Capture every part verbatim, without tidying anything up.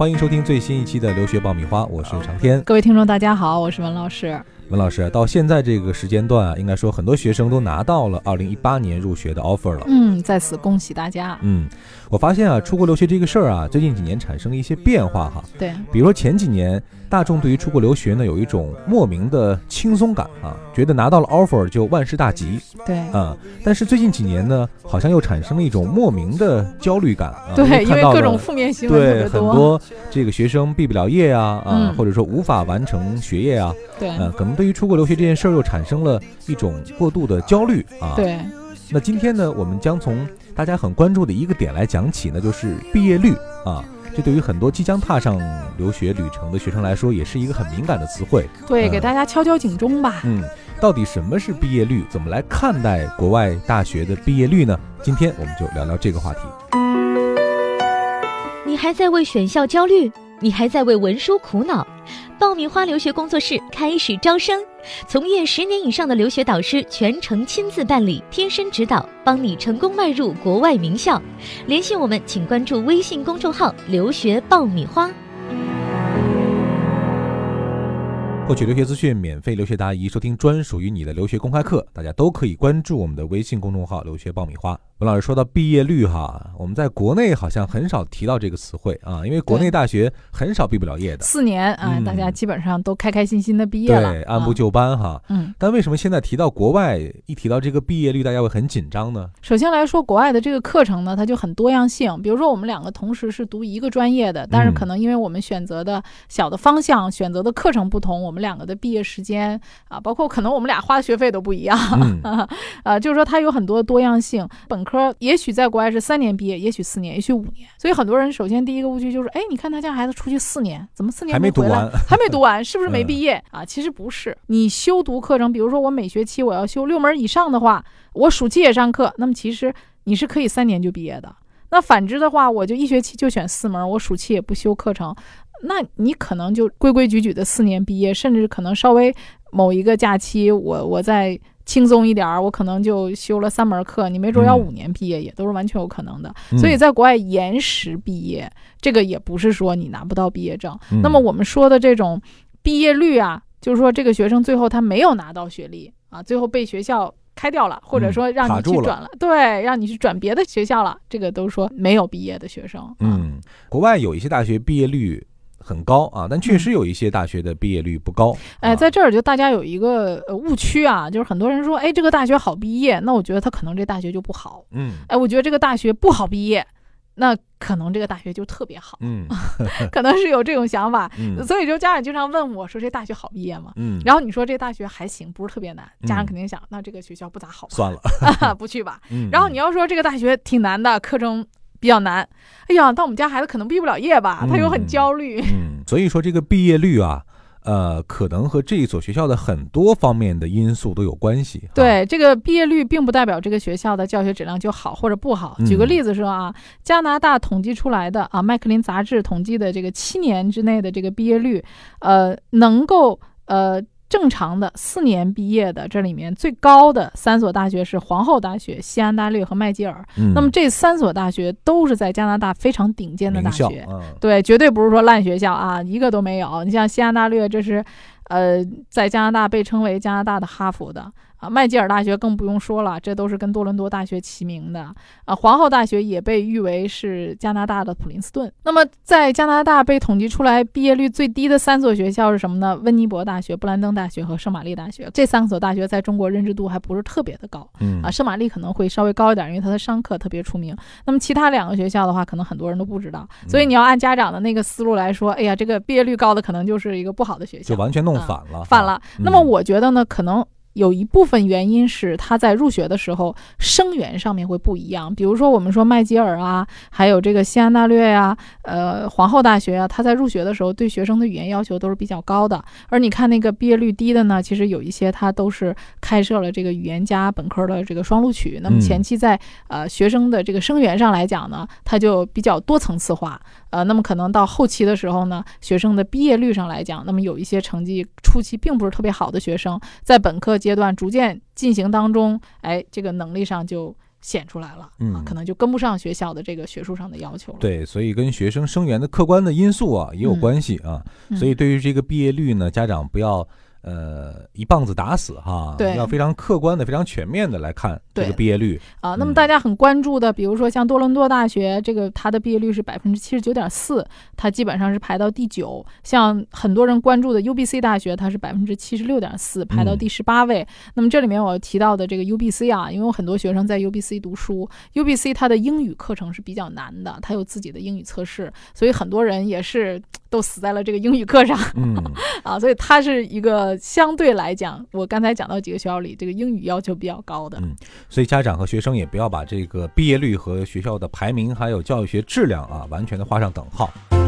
欢迎收听最新一期的留学爆米花，我是长天。 各位听众大家好，我是文老师。 文老师，到现在这个时间段啊，应该说很多学生都拿到了二零一八年入学的 offer 了。 嗯，在此恭喜大家。 嗯，我发现啊，出国留学这个事儿啊，最近几年产生了一些变化哈。 对， 比如说前几年大众对于出国留学呢有一种莫名的轻松感啊，觉得拿到了 offer 就万事大吉。 对啊，但是最近几年呢，好像又产生了一种莫名的焦虑感啊。 对，因为各种了负面新闻特别多， 对，很多这个学生毕不了业啊啊、 嗯， 或者说无法完成学业啊。 对， 呃，可能对于出国留学这件事儿又产生了一种过度的焦虑啊。 对。 那今天呢，我们将从大家很关注的一个点来讲起呢，就是毕业率啊。这对于很多即将踏上留学旅程的学生来说，也是一个很敏感的词汇。 对， 嗯、 给大家敲敲警钟吧。 嗯，到底什么是毕业率？怎么来看待国外大学的毕业率呢？今天我们就聊聊这个话题。 你还在为选校焦虑？你还在为文书苦恼？爆米花留学工作室开始招生，从业十年以上的留学导师全程亲自办理，贴身指导，帮你成功迈入国外名校。联系我们，请关注微信公众号留学爆米花。 获取留学资讯，免费留学答疑，收听专属于你的留学公开课，大家都可以关注我们的微信公众号留学爆米花。文老师说到毕业率哈，我们在国内好像很少提到这个词汇啊，因为国内大学很少毕不了业的， 四年啊、嗯，大家基本上都开开心心的毕业了， 对，按部就班哈。 嗯， 但为什么现在提到国外，一提到这个毕业率，大家会很紧张呢？ 首先来说，国外的这个课程呢，它就很多样性。比如说，我们两个同时是读一个专业的，但是可能因为我们选择的小的方向、嗯、选择的课程不同，我们两个的毕业时间啊，包括可能我们俩花的学费都不一样。嗯、啊，就是说它有很多多样性。本科也许在国外是三年毕业，也许四年，也许五年。所以很多人首先第一个误区就是，哎，你看他家孩子出去四年，怎么四年没回来？ 还没读完，还没读完，是不是没毕业、嗯、啊？其实不是，你修读课程，比如说我每学期我要修六门以上的话，我暑期也上课，那么其实你是可以三年就毕业的。那反之的话，我就一学期就选四门，我暑期也不修课程，那你可能就规规矩矩的四年毕业，甚至可能稍微某一个假期我我再轻松一点，我可能就修了三门课，你没准要五年毕业、嗯、也都是完全有可能的。所以在国外延时毕业、嗯、这个也不是说你拿不到毕业证、嗯、那么我们说的这种毕业率啊，就是说这个学生最后他没有拿到学历啊，最后被学校开掉了，或者说让你去转了、嗯、了对，让你去转别的学校了，这个都说没有毕业的学生。 嗯，国外有一些大学毕业率很高啊，但确实有一些大学的毕业率不高。 哎，在这儿就大家有一个误区啊，就是很多人说，哎，这个大学好毕业，那我觉得他可能这大学就不好。 嗯， 哎，我觉得这个大学不好毕业，那可能这个大学就特别好。 嗯， 可能是有这种想法。 嗯， 所以就家长经常问我说，这大学好毕业吗？ 嗯， 然后你说这大学还行，不是特别难，家长肯定想，嗯、那这个学校不咋好吧， 算了， 不去吧。 嗯， 然后你要说这个大学挺难的，课程比较难，哎呀，但我们家孩子可能毕不了业吧，他又很焦虑。 嗯，嗯，所以说这个毕业率啊，呃，可能和这一所学校的很多方面的因素都有关系。 对，这个毕业率并不代表这个学校的教学质量就好或者不好。举个例子说啊，嗯、加拿大统计出来的啊，麦克林杂志统计的这个七年之内的这个毕业率，呃，能够呃。正常的四年毕业的，这里面最高的三所大学是皇后大学、西安大略和麦吉尔、嗯、那么这三所大学都是在加拿大非常顶尖的大学、 嗯、 对，绝对不是说烂学校啊，一个都没有。你像西安大略，这是呃，在加拿大被称为加拿大的哈佛的啊，麦吉尔大学更不用说了，这都是跟多伦多大学齐名的啊。皇后大学也被誉为是加拿大的普林斯顿。那么在加拿大被统计出来毕业率最低的三所学校是什么呢？温尼伯大学、布兰登大学和圣玛丽大学。这三所大学在中国认知度还不是特别的高， 嗯啊，圣玛丽可能会稍微高一点，因为它的商科特别出名。那么其他两个学校的话，可能很多人都不知道。所以你要按家长的那个思路来说，哎呀，这个毕业率高的可能就是一个不好的学校， 就完全弄反了， 嗯、反了。 嗯、 那么我觉得呢，可能有一部分原因是他在入学的时候生源上面会不一样，比如说我们说麦吉尔啊，还有这个西安大略呀、啊、呃皇后大学啊，他在入学的时候对学生的语言要求都是比较高的。而你看那个毕业率低的呢，其实有一些他都是开设了这个语言加本科的这个双录取。那么前期在呃学生的这个生源上来讲呢，它就比较多层次化。呃，那么可能到后期的时候呢，学生的毕业率上来讲，那么有一些成绩初期并不是特别好的学生，在本科阶段逐渐进行当中，哎，这个能力上就显出来了， 嗯、 啊，可能就跟不上学校的这个学术上的要求了。 对，所以跟学生生源的客观的因素啊也有关系啊。 嗯、 所以对于这个毕业率呢，家长不要呃一棒子打死哈， 对， 要非常客观的、非常全面的来看这个毕业率啊。那么大家很关注的，嗯、比如说像多伦多大学，这个它的毕业率是百分之七十九点四，它基本上是排到第九。像很多人关注的 U B C 大学，它是百分之七十六点四，排到第十八位。嗯、那么这里面我提到的这个 U B C 啊，因为有很多学生在 U B C 读书 ，U B C 它的英语课程是比较难的，它有自己的英语测试，所以很多人也是都死在了这个英语课上。 嗯啊，所以它是一个相对来讲，我刚才讲到几个学校里，这个英语要求比较高的。 嗯，所以家长和学生也不要把这个毕业率和学校的排名还有教育学质量啊完全的画上等号。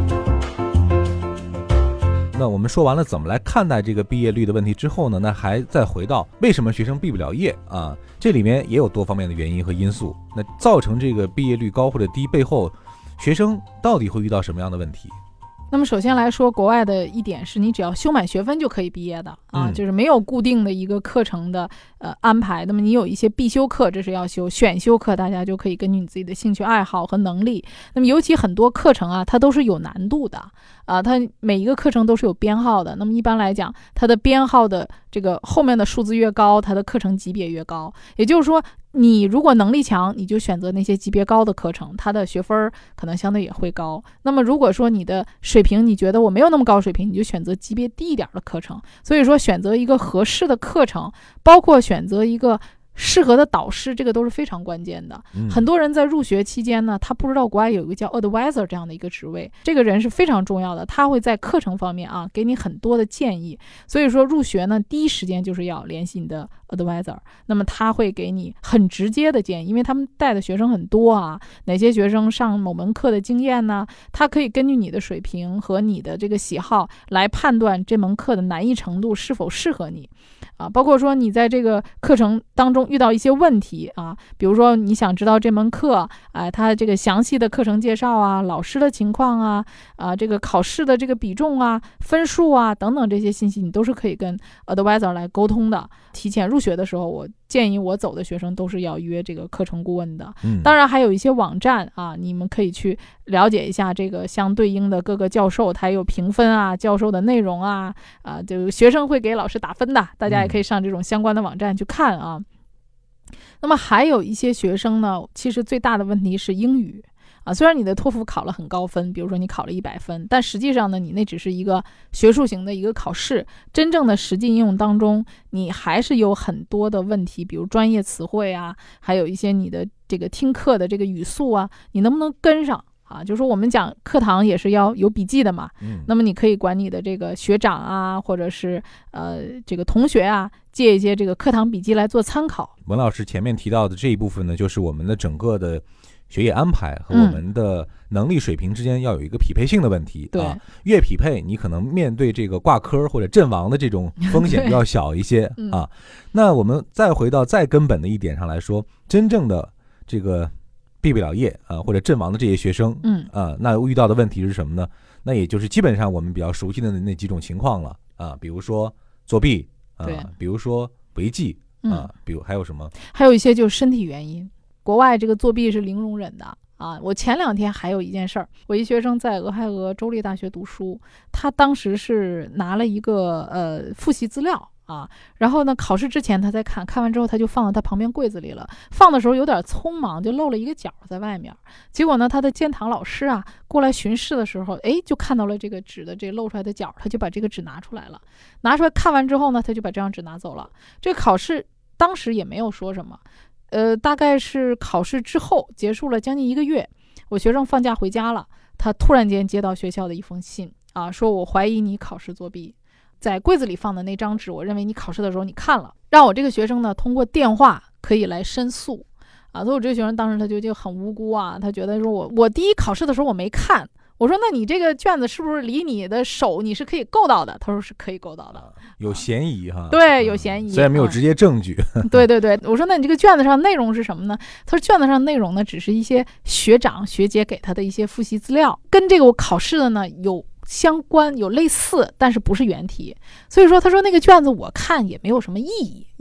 那我们说完了怎么来看待这个毕业率的问题之后呢，那还再回到为什么学生毕不了业啊？这里面也有多方面的原因和因素。那造成这个毕业率高或者低背后，学生到底会遇到什么样的问题？ 那么首先来说，国外的一点是你只要修满学分就可以毕业的啊， 嗯、 就是没有固定的一个课程的呃安排。那么你有一些必修课，这是要修；选修课大家就可以根据你自己的兴趣爱好和能力。那么尤其很多课程啊，它都是有难度的啊，它每一个课程都是有编号的。那么一般来讲，它的编号的这个后面的数字越高，它的课程级别越高。也就是说，你如果能力强，你就选择那些级别高的课程，它的学分可能相对也会高。那么如果说你的水平你觉得我没有那么高水平，你就选择级别低一点的课程。所以说选择一个合适的课程，包括选择一个适合的导师，这个都是非常关键的。 嗯、 很多人在入学期间呢，他不知道国外有一个叫 advisor 这样的一个职位，这个人是非常重要的，他会在课程方面啊给你很多的建议。所以说入学呢，第一时间就是要联系你的 advisor， 那么他会给你很直接的建议，因为他们带的学生很多啊，哪些学生上某门课的经验呢，他可以根据你的水平和你的这个喜好来判断这门课的难易程度是否适合你啊，包括说你在这个课程当中遇到一些问题啊，比如说你想知道这门课啊，它这个详细的课程介绍啊，老师的情况啊，啊这个考试的这个比重啊，分数啊等等这些信息，你都是可以跟 advisor 来沟通的。提前入学的时候，我建议我走的学生都是要约这个课程顾问的。 嗯， 当然还有一些网站啊，你们可以去了解一下这个相对应的各个教授，他有评分啊，教授的内容啊，啊，就学生会给老师打分的，大家也可以上这种相关的网站去看啊。嗯、那么还有一些学生呢，其实最大的问题是英语。啊，虽然你的托福考了很高分，比如说你考了一百分，但实际上呢，你那只是一个学术型的一个考试，真正的实际应用当中，你还是有很多的问题，比如专业词汇啊，还有一些你的这个听课的这个语速啊，你能不能跟上啊？就是说我们讲课堂也是要有笔记的嘛， 嗯， 那么你可以管你的这个学长啊，或者是呃这个同学啊，借一些这个课堂笔记来做参考。 文老师前面提到的这一部分呢，就是我们的整个的学业安排和我们的能力水平之间要有一个匹配性的问题、 嗯、 啊，越匹配你可能面对这个挂科或者阵亡的这种风险就要小一些啊。那我们再回到再根本的一点上来说，真正的这个毕不了业啊或者阵亡的这些学生， 嗯啊，那遇到的问题是什么呢？那也就是基本上我们比较熟悉的那几种情况了啊，比如说作弊啊，比如说违纪啊、嗯，比如还有什么？ 还有一些就是身体原因。国外这个作弊是零容忍的啊！我前两天还有一件事儿，我一学生在俄亥俄州立大学读书，他当时是拿了一个呃复习资料啊，然后呢考试之前他在看，看完之后他就放到他旁边柜子里了，放的时候有点匆忙，就漏了一个角在外面。结果呢他的监堂老师啊过来巡视的时候，哎就看到了这个纸的这露出来的角，他就把这个纸拿出来了，拿出来看完之后呢，他就把这张纸拿走了。这个考试当时也没有说什么。呃，大概是考试之后结束了将近一个月，我学生放假回家了，他突然间接到学校的一封信啊，说我怀疑你考试作弊，在柜子里放的那张纸，我认为你考试的时候你看了，让我这个学生呢通过电话可以来申诉啊。所以我这个学生当时他就就很无辜啊，他觉得说我我第一考试的时候我没看。我说那你这个卷子是不是离你的手你是可以够到的？他说是可以够到的， 有嫌疑哈。 对，有嫌疑， 虽然没有直接证据。 嗯、对对对，我说那你这个卷子上内容是什么呢？他说卷子上内容呢只是一些学长学姐给他的一些复习资料，跟这个我考试的呢有相关有类似，但是不是原题。所以说他说那个卷子我看也没有什么意义，因为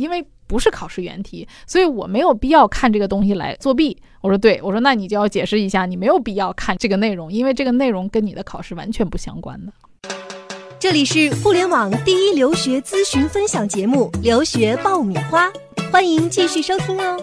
不是考试原题，所以我没有必要看这个东西来作弊。我说对，我说那你就要解释一下，你没有必要看这个内容，因为这个内容跟你的考试完全不相关的。 这里是互联网第一留学咨询分享节目《留学爆米花》，欢迎继续收听哦。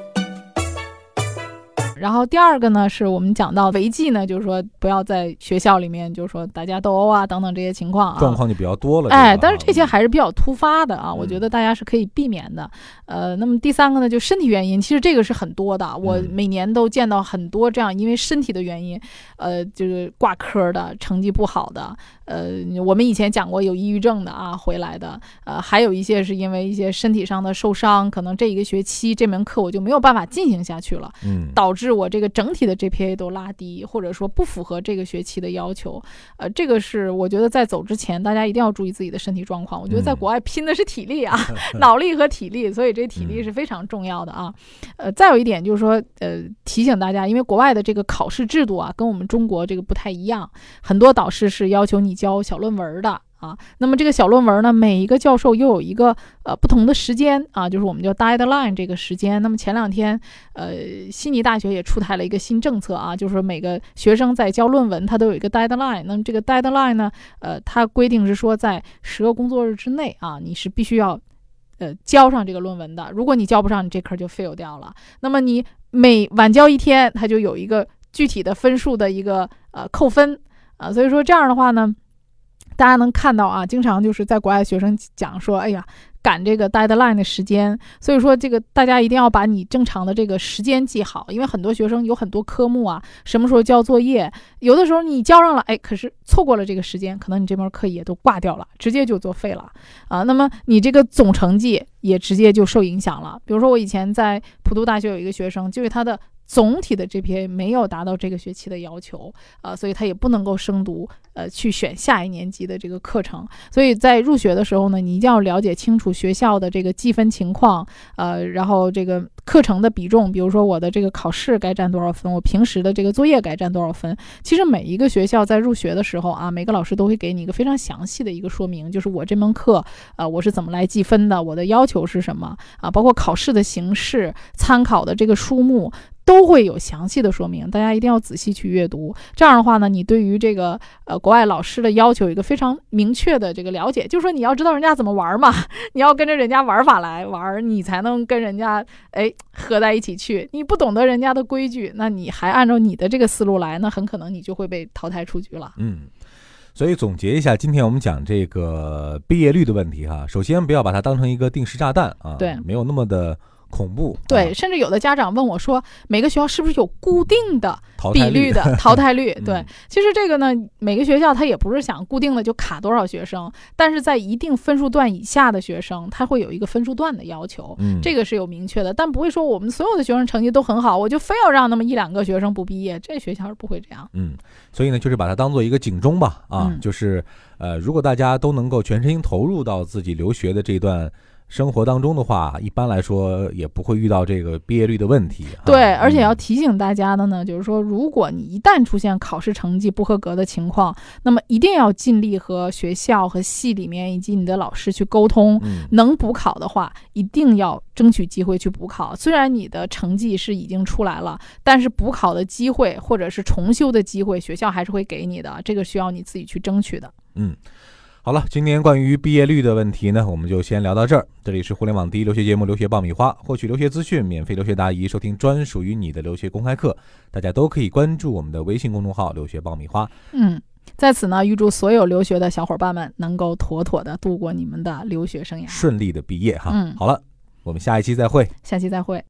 然后第二个呢，是我们讲到违纪呢，就是说不要在学校里面，就是说大家斗殴啊等等这些情况啊， 状况就比较多了。 哎，但是这些还是比较突发的啊， 嗯、 我觉得大家是可以避免的。呃，那么第三个呢，就身体原因，其实这个是很多的，我每年都见到很多这样因为身体的原因，呃，就是挂科的，成绩不好的，呃，我们以前讲过有抑郁症的啊回来的，呃，还有一些是因为一些身体上的受伤，可能这一个学期这门课我就没有办法进行下去了，嗯，导致我这个整体的 G P A 都拉低，或者说不符合这个学期的要求。呃，这个是我觉得在走之前大家一定要注意自己的身体状况。我觉得在国外拼的是体力啊，嗯、脑力和体力，所以这体力是非常重要的啊。呃，再有一点就是说，呃，提醒大家，因为国外的这个考试制度啊，跟我们中国这个不太一样，很多导师是要求你交小论文的。啊，那么这个小论文呢，每一个教授又有一个呃不同的时间啊，就是我们叫 deadline 这个时间。那么前两天，呃，悉尼大学也出台了一个新政策啊，就是说每个学生在交论文，他都有一个 deadline。那么这个 deadline 呢，呃，它规定是说在十个工作日之内啊，你是必须要呃交上这个论文的。如果你交不上，你这科就 fail 掉了。那么你每晚交一天，它就有一个具体的分数的一个呃扣分啊。所以说这样的话呢，大家能看到啊，经常就是在国外学生讲说，哎呀，赶这个 deadline 的时间，所以说这个大家一定要把你正常的这个时间记好，因为很多学生有很多科目啊，什么时候交作业，有的时候你交上了，哎，可是错过了这个时间，可能你这门课也都挂掉了，直接就作废了啊。那么你这个总成绩也直接就受影响了。比如说我以前在普渡大学有一个学生，就是他的总体的 G P A 没有达到这个学期的要求啊、呃，所以他也不能够升读，呃，去选下一年级的这个课程。所以在入学的时候呢，你一定要了解清楚学校的这个计分情况，呃，然后这个课程的比重，比如说我的这个考试该占多少分，我平时的这个作业该占多少分。其实每一个学校在入学的时候啊，每个老师都会给你一个非常详细的一个说明，就是我这门课，呃，我是怎么来计分的，我的要求是什么啊，包括考试的形式、参考的这个书目，都会有详细的说明，大家一定要仔细去阅读。这样的话呢，你对于这个呃国外老师的要求有一个非常明确的这个了解，就是说你要知道人家怎么玩嘛，你要跟着人家玩法来玩，你才能跟人家哎合在一起去。你不懂得人家的规矩，那你还按照你的这个思路来，那很可能你就会被淘汰出局了。 嗯。所以总结一下，今天我们讲这个毕业率的问题哈，首先不要把它当成一个定时炸弹啊， 对， 没有那么的恐怖。 对、 啊， 甚至有的家长问我说，每个学校是不是有固定的比率的淘汰率？对、嗯，其实这个呢，每个学校它也不是想固定的就卡多少学生，但是在一定分数段以下的学生，他会有一个分数段的要求，嗯，这个是有明确的，但不会说我们所有的学生成绩都很好，我就非要让那么一两个学生不毕业，这学校是不会这样。 嗯，所以呢，就是把它当做一个警钟吧，啊，嗯、就是呃，如果大家都能够全身心投入到自己留学的这段生活当中的话，一般来说也不会遇到这个毕业率的问题。 对，而且要提醒大家的呢，嗯、就是说，如果你一旦出现考试成绩不合格的情况，那么一定要尽力和学校和系里面以及你的老师去沟通。嗯、能补考的话，一定要争取机会去补考。虽然你的成绩是已经出来了，但是补考的机会或者是重修的机会，学校还是会给你的，这个需要你自己去争取的。 嗯。好了，今天关于毕业率的问题呢，我们就先聊到这儿。这里是互联网第一留学节目《留学爆米花》，获取留学资讯、免费留学答疑、收听专属于你的留学公开课，大家都可以关注我们的微信公众号“留学爆米花”。 嗯，在此呢，预祝所有留学的小伙伴们能够妥妥的度过你们的留学生涯， 顺利的毕业哈。 嗯， 好了，我们下一期再会。 下期再会。